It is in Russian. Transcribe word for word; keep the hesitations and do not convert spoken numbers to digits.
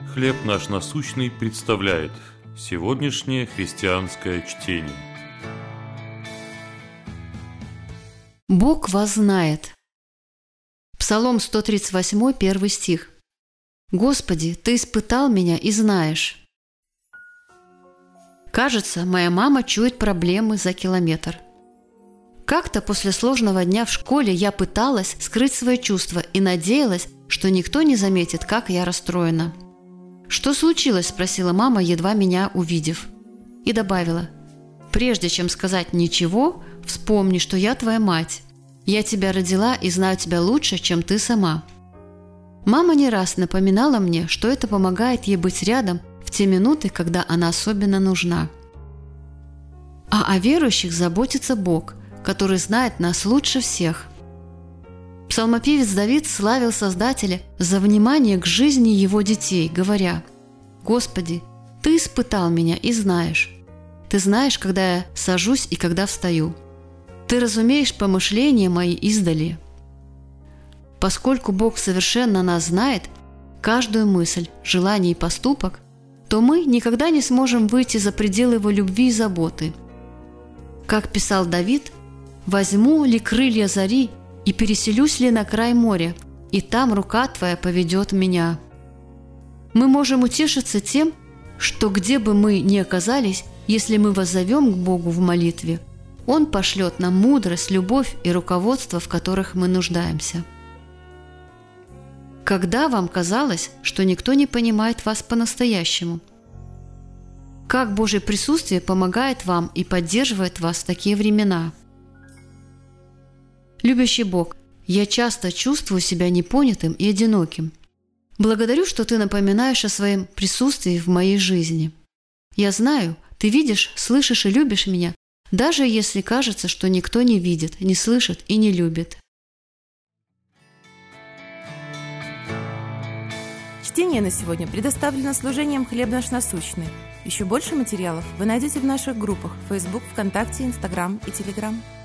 «Хлеб наш насущный» представляет сегодняшнее христианское чтение. Бог вас знает. Псалом сто тридцать восемь, первый стих. «Господи, Ты испытал меня и знаешь». Кажется, моя мама чует проблемы за километр. Как-то после сложного дня в школе я пыталась скрыть свои чувства и надеялась, что никто не заметит, как я расстроена. «Что случилось?» – спросила мама, едва меня увидев. И добавила: «Прежде чем сказать ничего, вспомни, что я твоя мать. Я тебя родила и знаю тебя лучше, чем ты сама». Мама не раз напоминала мне, что это помогает ей быть рядом в те минуты, когда она особенно нужна. А о верующих заботится Бог, который знает нас лучше всех. Псалмопевец Давид славил Создателя за внимание к жизни его детей, говоря: «Господи, Ты испытал меня и знаешь. Ты знаешь, когда я сажусь и когда встаю. Ты разумеешь помышления мои издали». Поскольку Бог совершенно нас знает, каждую мысль, желание и поступок, то мы никогда не сможем выйти за пределы Его любви и заботы. Как писал Давид: «Возьму ли крылья зари и переселюсь ли на край моря, и там рука Твоя поведет меня». Мы можем утешиться тем, что где бы мы ни оказались, если мы воззовем к Богу в молитве, Он пошлет нам мудрость, любовь и руководство, в которых мы нуждаемся. Когда вам казалось, что никто не понимает вас по-настоящему? Как Божье присутствие помогает вам и поддерживает вас в такие времена? Любящий Бог, я часто чувствую себя непонятым и одиноким. Благодарю, что Ты напоминаешь о своем присутствии в моей жизни. Я знаю, Ты видишь, слышишь и любишь меня, даже если кажется, что никто не видит, не слышит и не любит. Чтение на сегодня предоставлено служением «Хлеб наш насущный». Еще больше материалов вы найдете в наших группах Facebook, ВКонтакте, Инстаграм и Телеграм.